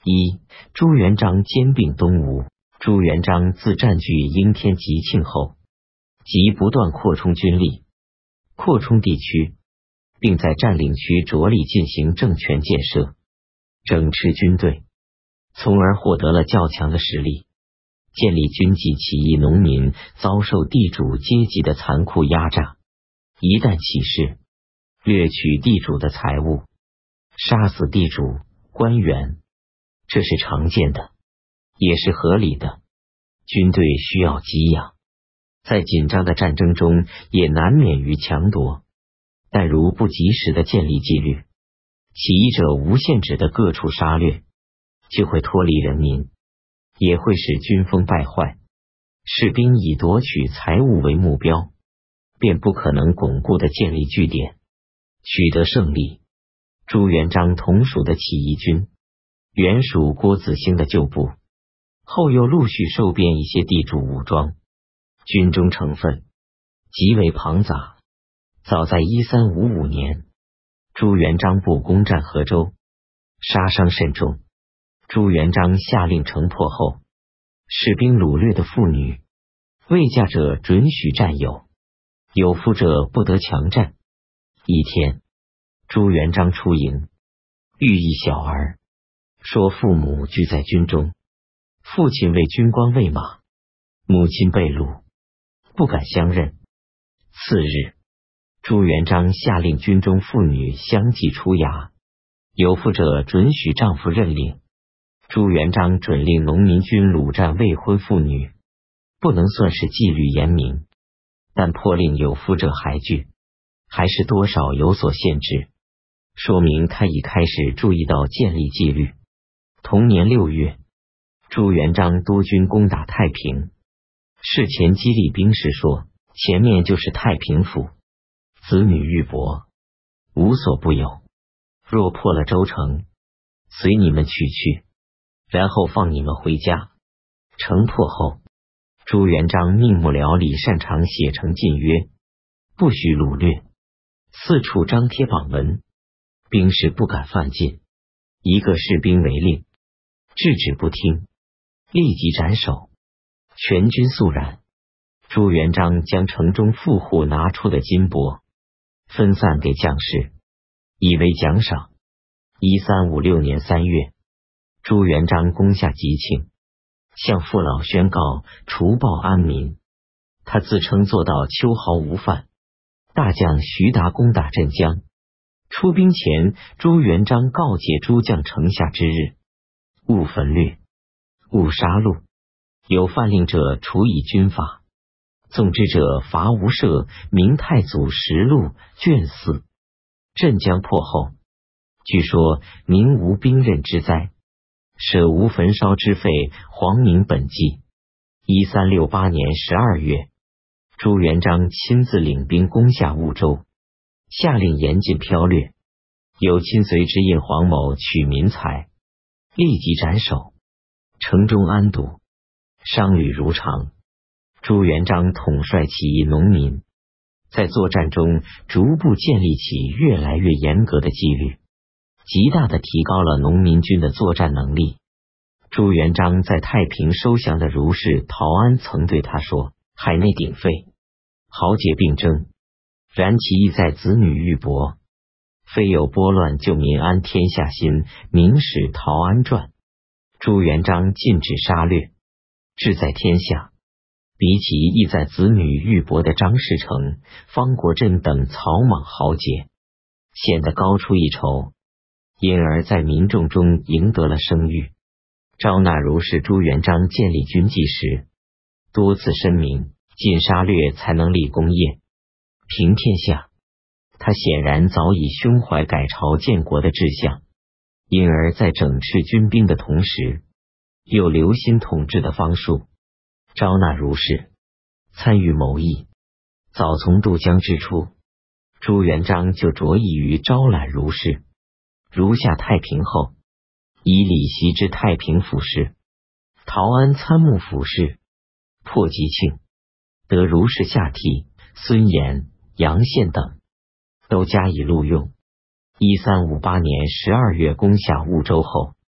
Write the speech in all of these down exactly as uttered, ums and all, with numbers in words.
一、朱元璋兼并东吴。朱元璋自占据应天吉庆后，即不断扩充军力，扩充地区，并在占领区着力进行政权建设，整饬军队，从而获得了较强的实力，建立军纪起义农民遭受地主阶级的残酷压榨，一旦起事，掠取地主的财物，杀死地主、官员，这是常见的，也是合理的。军队需要给养，在紧张的战争中也难免于强夺，但如不及时的建立纪律，起义者无限制的各处杀掠，就会脱离人民，也会使军风败坏。士兵以夺取财物为目标，便不可能巩固的建立据点，取得胜利。朱元璋同属的起义军原属郭子兴的旧部，后又陆续收编一些地主武装，军中成分极为庞杂。早在一三五五年，朱元璋部攻占河州，杀伤甚重。朱元璋下令城破后，士兵掳掠的妇女，未嫁者准许占有，有妇者不得强占。一天，朱元璋出营，遇一小儿，说父母俱在军中，父亲为军官喂马，母亲被掳，不敢相认。次日，朱元璋下令军中妇女相继出衙，有妇者准许丈夫认领。朱元璋准令农民军掳占未婚妇女，不能算是纪律严明，但迫令有夫者还拒，还是多少有所限制，说明他已开始注意到建立纪律。同年六月，朱元璋督军攻打太平，事前激励兵士说，前面就是太平府，子女玉帛，无所不有，若破了州城，随你们取去，然后放你们回家。城破后，朱元璋命幕僚李善长写成禁约，不许掳掠，四处张贴榜文，兵士不敢犯禁，一个士兵违令，制止不听，立即斩首，全军肃然。朱元璋将城中富户拿出的金帛分散给将士，以为奖赏。一三五六年三月，朱元璋攻下吉庆，向父老宣告除暴安民。他自称做到秋毫无犯。大将徐达攻打镇江，出兵前，朱元璋告诫诸将城下之日，勿焚掠，勿杀戮，有犯令者处以军法，纵之者罚无赦。明太祖实录卷四。镇江破后，据说民无兵刃之灾，舍无焚烧之费，皇明本纪。一三六八年十二月，朱元璋亲自领兵攻下婺州，下令严禁剽掠，有亲随之印黄某取民财，立即斩首。城中安堵，商旅如常。朱元璋统帅起义农民，在作战中逐步建立起越来越严格的纪律，极大地提高了农民军的作战能力。朱元璋在太平收降的儒士陶安曾对他说，海内鼎沸，豪杰并争，然其意在子女玉帛，非有拨乱救民安天下心。明史陶安传。朱元璋禁止杀掠，志在天下，比起意在子女玉帛的张士诚、方国珍等草莽豪杰，显得高出一筹，因而在民众中赢得了声誉。招纳儒士朱元璋建立军纪时，多次声明禁杀掠才能立功业、平天下。他显然早已胸怀改朝建国的志向，因而在整饬军兵的同时，又留心统治的方术，招纳儒士，参与谋议。早从渡江之初，朱元璋就着意于招揽儒士。如下太平后，以李袭之太平府事，陶安参募府事，破吉庆，得儒士下替孙延、杨宪等，都加以录用。一三五八年十二月攻下婺州后，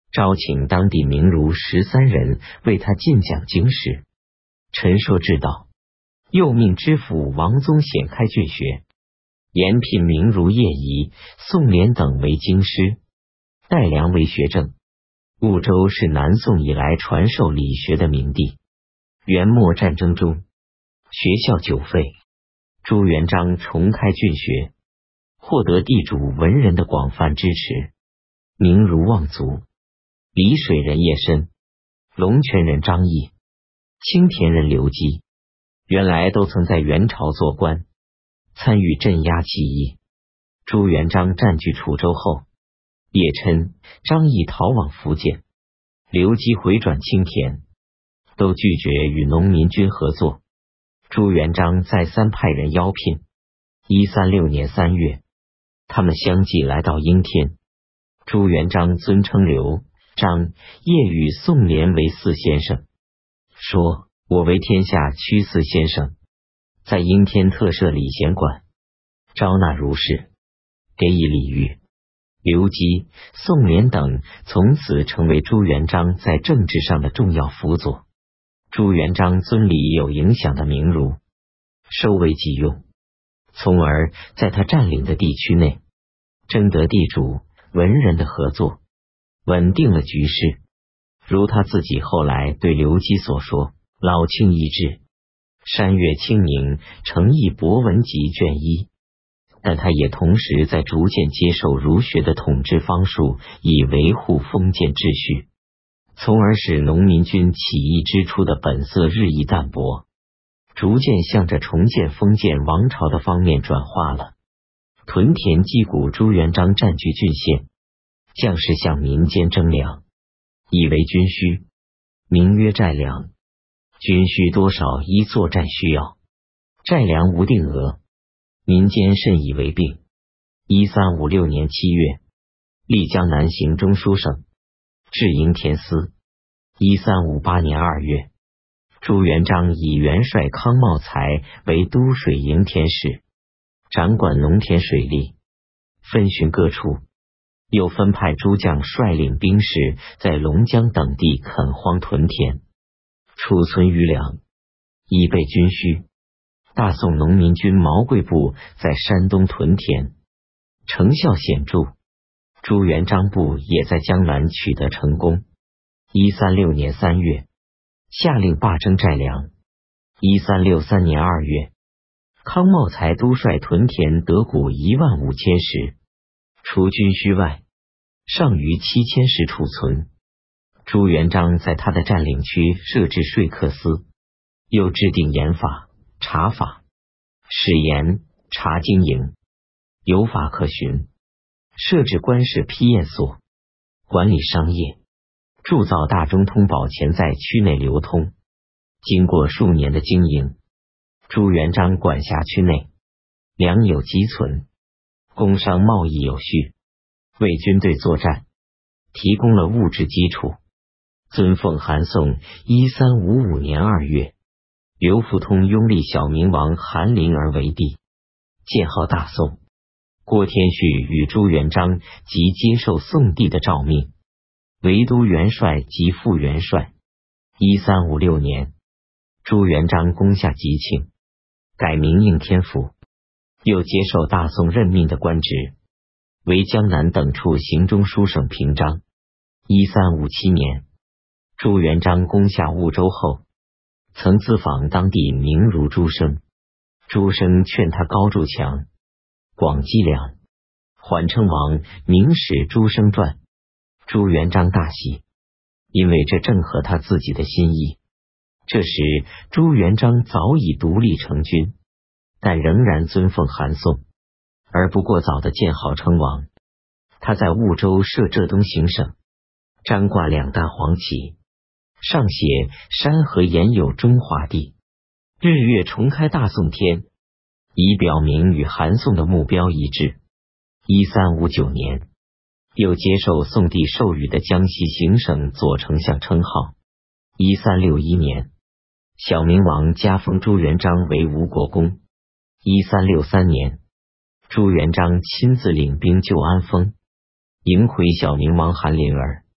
招请当地名儒十三人为他进讲经史。陈说至道，又命知府王宗显开郡学，延聘名儒叶仪、宋濂等为经师，戴良为学政。婺州是南宋以来传授理学的明地。元末战争中，学校久废，朱元璋重开郡学，获得地主文人的广泛支持，名儒望族。澧水人叶申、龙泉人张毅、青田人刘基，原来都曾在元朝做官，参与镇压起义。朱元璋占据楚州后，叶琛、张毅逃往福建，刘基回转青田，都拒绝与农民军合作。朱元璋再三派人邀聘。一三六年三月，他们相继来到应天。朱元璋尊称刘、张、叶与宋濂为四先生，说：“我为天下屈四先生，在应天特设礼贤馆，招纳儒士，给予礼遇。”刘基、宋濂等从此成为朱元璋在政治上的重要辅佐。朱元璋尊礼有影响的名儒，收为己用，从而在他占领的地区内征得地主、文人的合作，稳定了局势。如他自己后来对刘基所说：“老庆一至，山岳清宁，诚意博文集卷一。”但他也同时在逐渐接受儒学的统治方术，以维护封建秩序，从而使农民军起义之初的本色日益淡薄，逐渐向着重建封建王朝的方面转化了。屯田击鼓，朱元璋占据郡县，将士向民间征粮，以为军需，名曰寨粮。军需多少依作战需要，寨粮无定额，民间甚以为病。一三五六年七月，历江南行中书省，至营田司。一三五八年二月，朱元璋以元帅康茂才为都水营田使，掌管农田水利，分巡各处，又分派诸将率领兵士在龙江等地垦荒屯田，储存余粮，以备军需。大宋农民军毛贵部在山东屯田，成效显著。朱元璋部也在江南取得成功。一三六年三月，下令罢征寨粮。一三六三年二月，康茂才督率屯田得谷一万五千石，除军需外，尚余七千石储存。朱元璋在他的占领区设置说客司，又制定盐法、茶法，使盐、茶经营，有法可循。设置官士批验所，管理商业，铸造大中通宝钱在区内流通。经过数年的经营，朱元璋管辖区内粮有积存，工商贸易有序，为军队作战提供了物质基础。尊奉韩宋一三五五年二月，刘福通拥立小明王韩林儿为帝，建号大宋。郭天旭与朱元璋即接受宋帝的诏命，为都元帅及副元帅。一三五六年，朱元璋攻下吉庆，改名应天府，又接受大宋任命的官职，为江南等处行中书省平章。一三五七年，朱元璋攻下婺州后，曾咨访当地名儒朱生，朱生劝他高筑墙，广积粮，缓称王，明史朱生传。朱元璋大喜，因为这正合他自己的心意。这时朱元璋早已独立成军，但仍然尊奉韩宋，而不过早的建号称王。他在婺州设浙东行省，张挂两大黄旗，上写山河沿有中华地，日月重开大宋天，以表明与韩宋的目标一致。一三五九年，又接受宋帝授予的江西行省左丞相称号。一三六一年，小明王加封朱元璋为吴国公。一三六三年，朱元璋亲自领兵救安丰，迎回小明王韩林儿。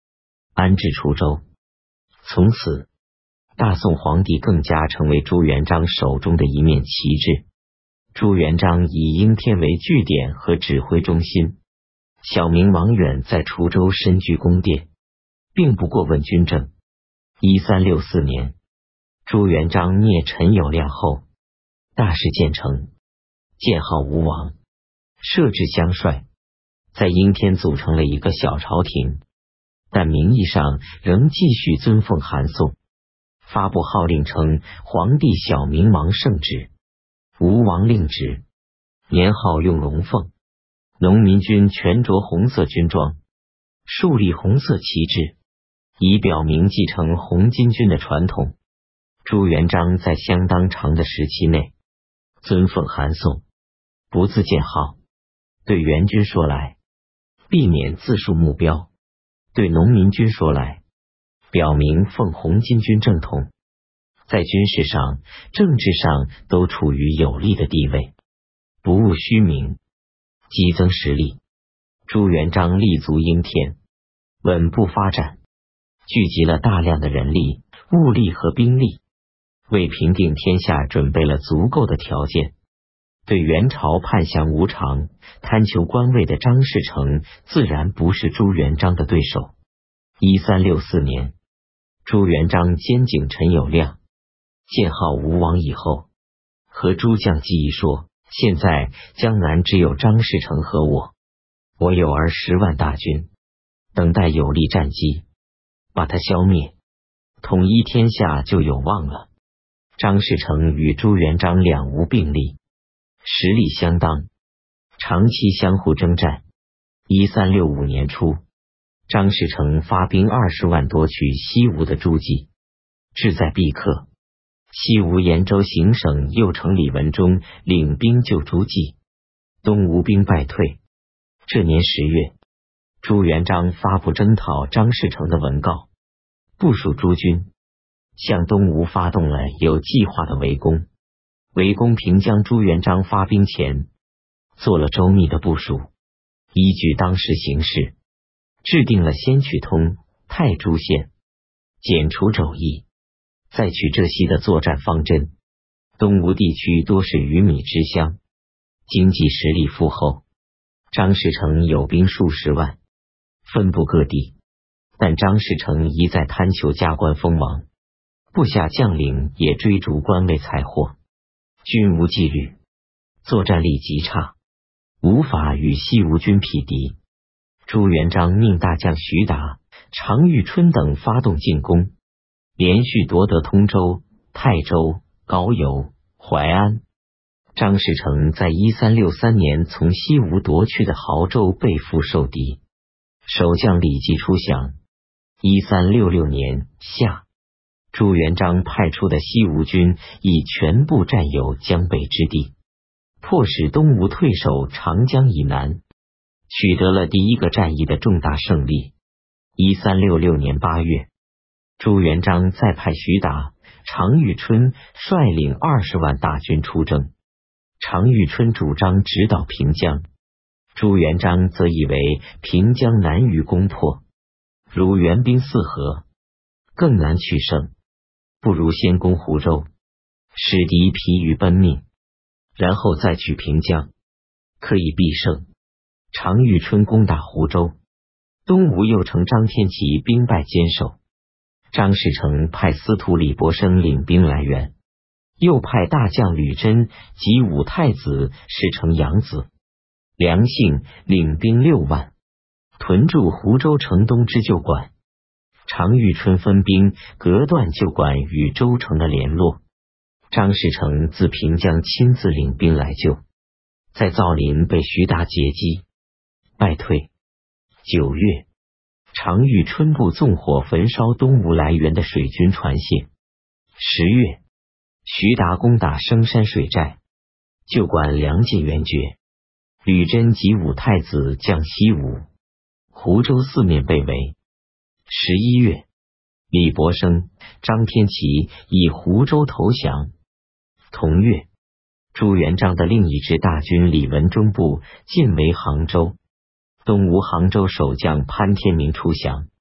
安置滁州。从此，大宋皇帝更加成为朱元璋手中的一面旗帜。朱元璋以应天为据点和指挥中心，小明王远在滁州身居宫殿，并不过问军政。一三六四年，朱元璋灭陈友谅后，大事建成，建号吴王，设置乡帅，在应天组成了一个小朝廷，但名义上仍继续尊奉韩宋，发布号令称皇帝小明王圣旨，吴王令旨，年号用龙凤。农民军全着红色军装，树立红色旗帜，以表明继承红巾军的传统。朱元璋在相当长的时期内尊奉韩宋，不自建号。对援军说来，避免自树目标；对农民军说来，表明奉红巾军正统。在军事上、政治上都处于有利的地位，不务虚名，激增实力。朱元璋立足应天，稳步发展，聚集了大量的人力、物力和兵力，为平定天下准备了足够的条件。对元朝叛降无常、贪求官位的张士诚，自然不是朱元璋的对手。一三六四年，朱元璋监警陈友谅，建号吴王以后，和诸将计议说：现在江南只有张士诚和我，我有二十万大军，等待有利战机，把他消灭，统一天下就有望了。张士诚与朱元璋两无并立，实力相当，长期相互征战。一三六五年初，张士诚发兵二十万夺取西吴的诸暨，志在必克。西吴延州行省右丞李文忠领兵救诸暨，东吴兵败退。这年十月，朱元璋发布征讨张士诚的文告，部署诸军，向东吴发动了有计划的围攻。围攻平江，朱元璋发兵前做了周密的部署，依据当时形势，制定了先取通、太诸县，剪除肘夷，再取浙西的作战方针。东吴地区多是鱼米之乡，经济实力富厚，张士诚有兵数十万，分布各地，但张士诚一再贪求加官封王，部下将领也追逐官位财货，军无纪律，作战力极差，无法与西吴军匹敌。朱元璋命大将徐达、常遇春等发动进攻，连续夺得通州、泰州、高邮、淮安。张士诚在一三六三年从西吴夺去的亳州被俘受敌，守将李继出降。一三六六年夏，朱元璋派出的西吴军已全部占有江北之地，迫使东吴退守长江以南，取得了第一个战役的重大胜利。一三六六年八月，朱元璋再派徐达、常遇春率领二十万大军出征。常遇春主张直捣平江，朱元璋则以为平江难于攻破，如援兵四合，更难取胜，不如先攻湖州，使敌疲于奔命，然后再取平江，可以必胜。常遇春攻打湖州，东吴右丞张天齐兵败坚守。张士诚派司徒李伯升领兵来援，又派大将吕真及武太子使成杨子、梁幸领兵六万，屯驻湖州城东之旧馆。常遇春分兵隔断旧馆与州城的联络。张士诚自平江亲自领兵来救，在造林被徐达截击，败退。九月，常遇春部纵火焚烧东吴来援的水军船械。十月，徐达攻打升山水寨，旧馆粮尽援绝，吕真及武太子降西吴，湖州四面被围。十一月，李伯升、张天齐以湖州投降。同月，朱元璋的另一支大军李文忠部进围杭州，东吴杭州守将潘天明出降。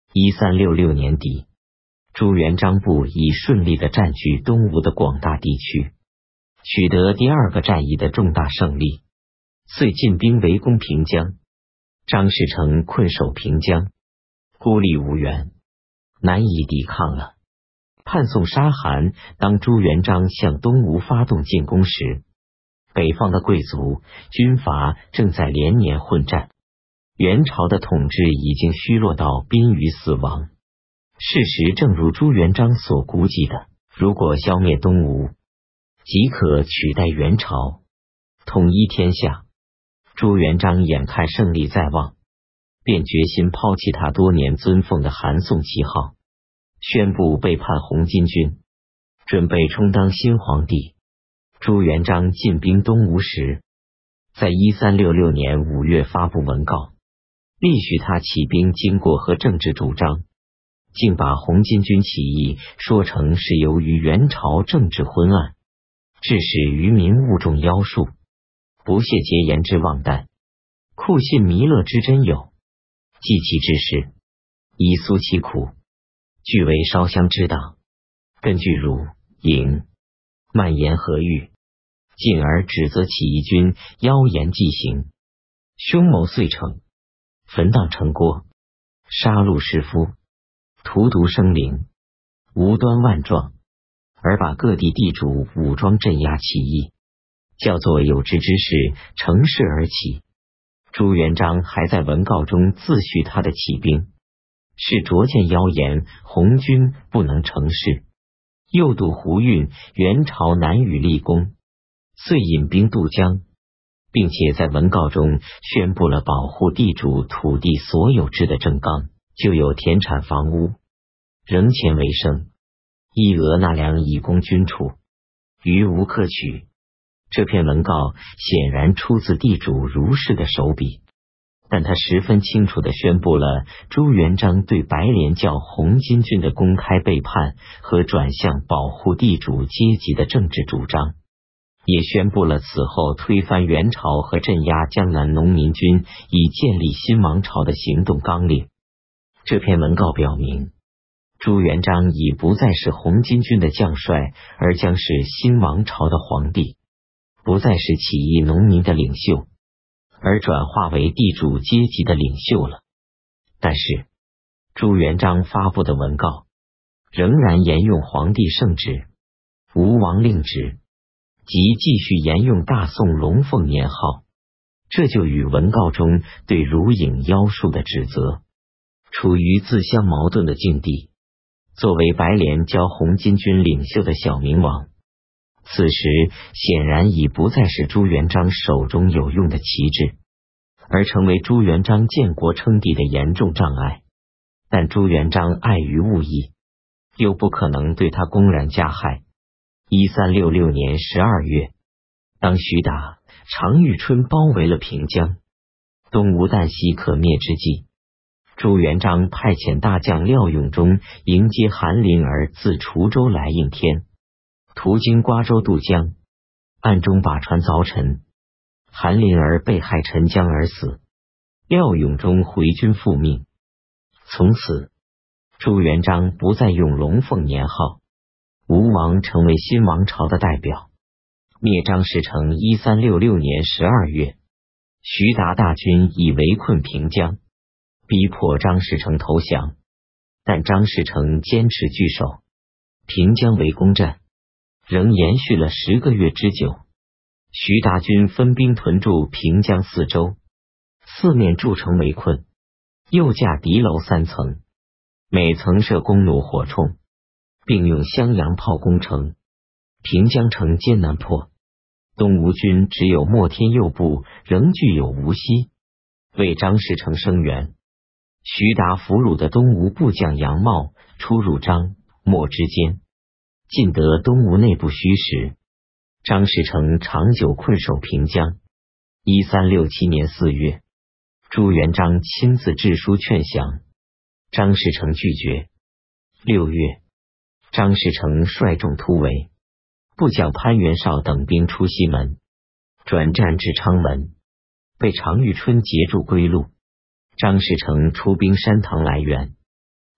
一三六六年底，朱元璋部已顺利地占据东吴的广大地区，取得第二个战役的重大胜利，遂进兵围攻平江。张士诚困守平江，孤立无援，难以抵抗了。叛宋杀韩，当朱元璋向东吴发动进攻时，北方的贵族军阀正在连年混战，元朝的统治已经虚弱到濒于死亡。事实正如朱元璋所估计的，如果消灭东吴，即可取代元朝，统一天下。朱元璋眼看胜利在望，便决心抛弃他多年尊奉的韩宋旗号，宣布背叛红巾军，准备充当新皇帝。朱元璋进兵东吴时，在一三六六年五月发布文告，立许他起兵经过和政治主张，竟把红巾军起义说成是由于元朝政治昏暗，致使愚民误中妖术，不屑节言之妄诞，酷信弥勒之真有，祭其之事，以苏其苦，俱为烧香之党，根据儒隐蔓延何欲，进而指责起义军妖言既行，凶谋遂成，焚荡城郭，杀戮士夫，荼毒生灵，无端万状，而把各地地主武装镇压起义，叫做有志之士乘势而起。朱元璋还在文告中自诩他的起兵是拙见妖言，红军不能成事，又渡湖运，元朝难与立功，遂引兵渡江，并且在文告中宣布了保护地主土地所有制的正纲，就有田产房屋，仍钱为生，一额纳粮以供军储，余无可取。这篇文告显然出自地主儒士的手笔，但他十分清楚地宣布了朱元璋对白莲教红巾军的公开背叛和转向保护地主阶级的政治主张，也宣布了此后推翻元朝和镇压江南农民军以建立新王朝的行动纲领。这篇文告表明，朱元璋已不再是红巾军的将帅，而将是新王朝的皇帝，不再是起义农民的领袖，而转化为地主阶级的领袖了。但是朱元璋发布的文告仍然沿用皇帝圣旨、吴王令旨，即继续沿用大宋龙凤年号，这就与文告中对如影妖术的指责处于自相矛盾的境地。作为白莲教红巾军领袖的小明王，此时显然已不再是朱元璋手中有用的旗帜，而成为朱元璋建国称帝的严重障碍。但朱元璋碍于物议，又不可能对他公然加害。一三六六年十二月，当徐达、常遇春包围了平江，东吴旦夕可灭之际，朱元璋派遣大将廖永忠迎接韩林儿自滁州来应天，途经瓜州渡江，暗中把船凿沉，韩林儿被害沉江而死，廖永忠回军复命。从此朱元璋不再用龙凤年号，吴王成为新王朝的代表。灭张士诚一三六六年十二月，徐达大军已围困平江，逼迫张士诚投降，但张士诚坚持据守，平江围攻战仍延续了十个月之久。徐达军分兵屯驻平江四周，四面筑城围困，又架敌楼三层，每层设弓弩火铳，并用襄阳炮攻城。平江城艰难破，东吴军只有莫天佑部仍具有无锡，为张士诚声援。徐达俘虏的东吴部将杨茂出入张莫之间，尽得东吴内部虚实。张士诚长久困守平江。一三六七年四月，朱元璋亲自致书劝降，张士诚拒绝。六月，张士诚率众突围，部将潘元绍等兵出西门，转战至昌门，被常遇春截住归路。张士诚出兵山塘来援，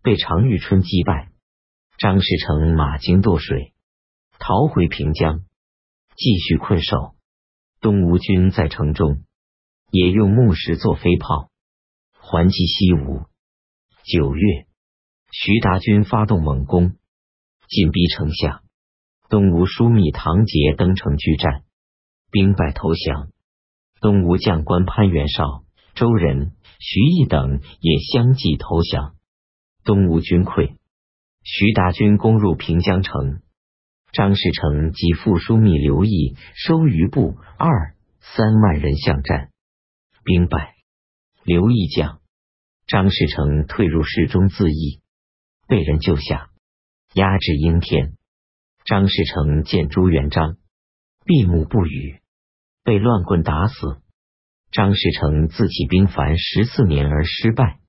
被常遇春击败。张士诚马经堕水，逃回平江，继续困守。东吴军在城中也用木石做飞炮，还击西吴。九月，徐达军发动猛攻，紧逼城下。东吴枢密唐杰登城拒战，兵败投降。东吴将官潘元绍、周仁、徐毅等也相继投降。东吴军溃，徐达军攻入平江城。张士诚及副枢密刘毅收余部二三万人相战，兵败。刘毅将，张士诚退入室中自缢，被人救下，押至应天。张士诚见朱元璋，闭目不语，被乱棍打死。张士诚自起兵凡十四年而失败。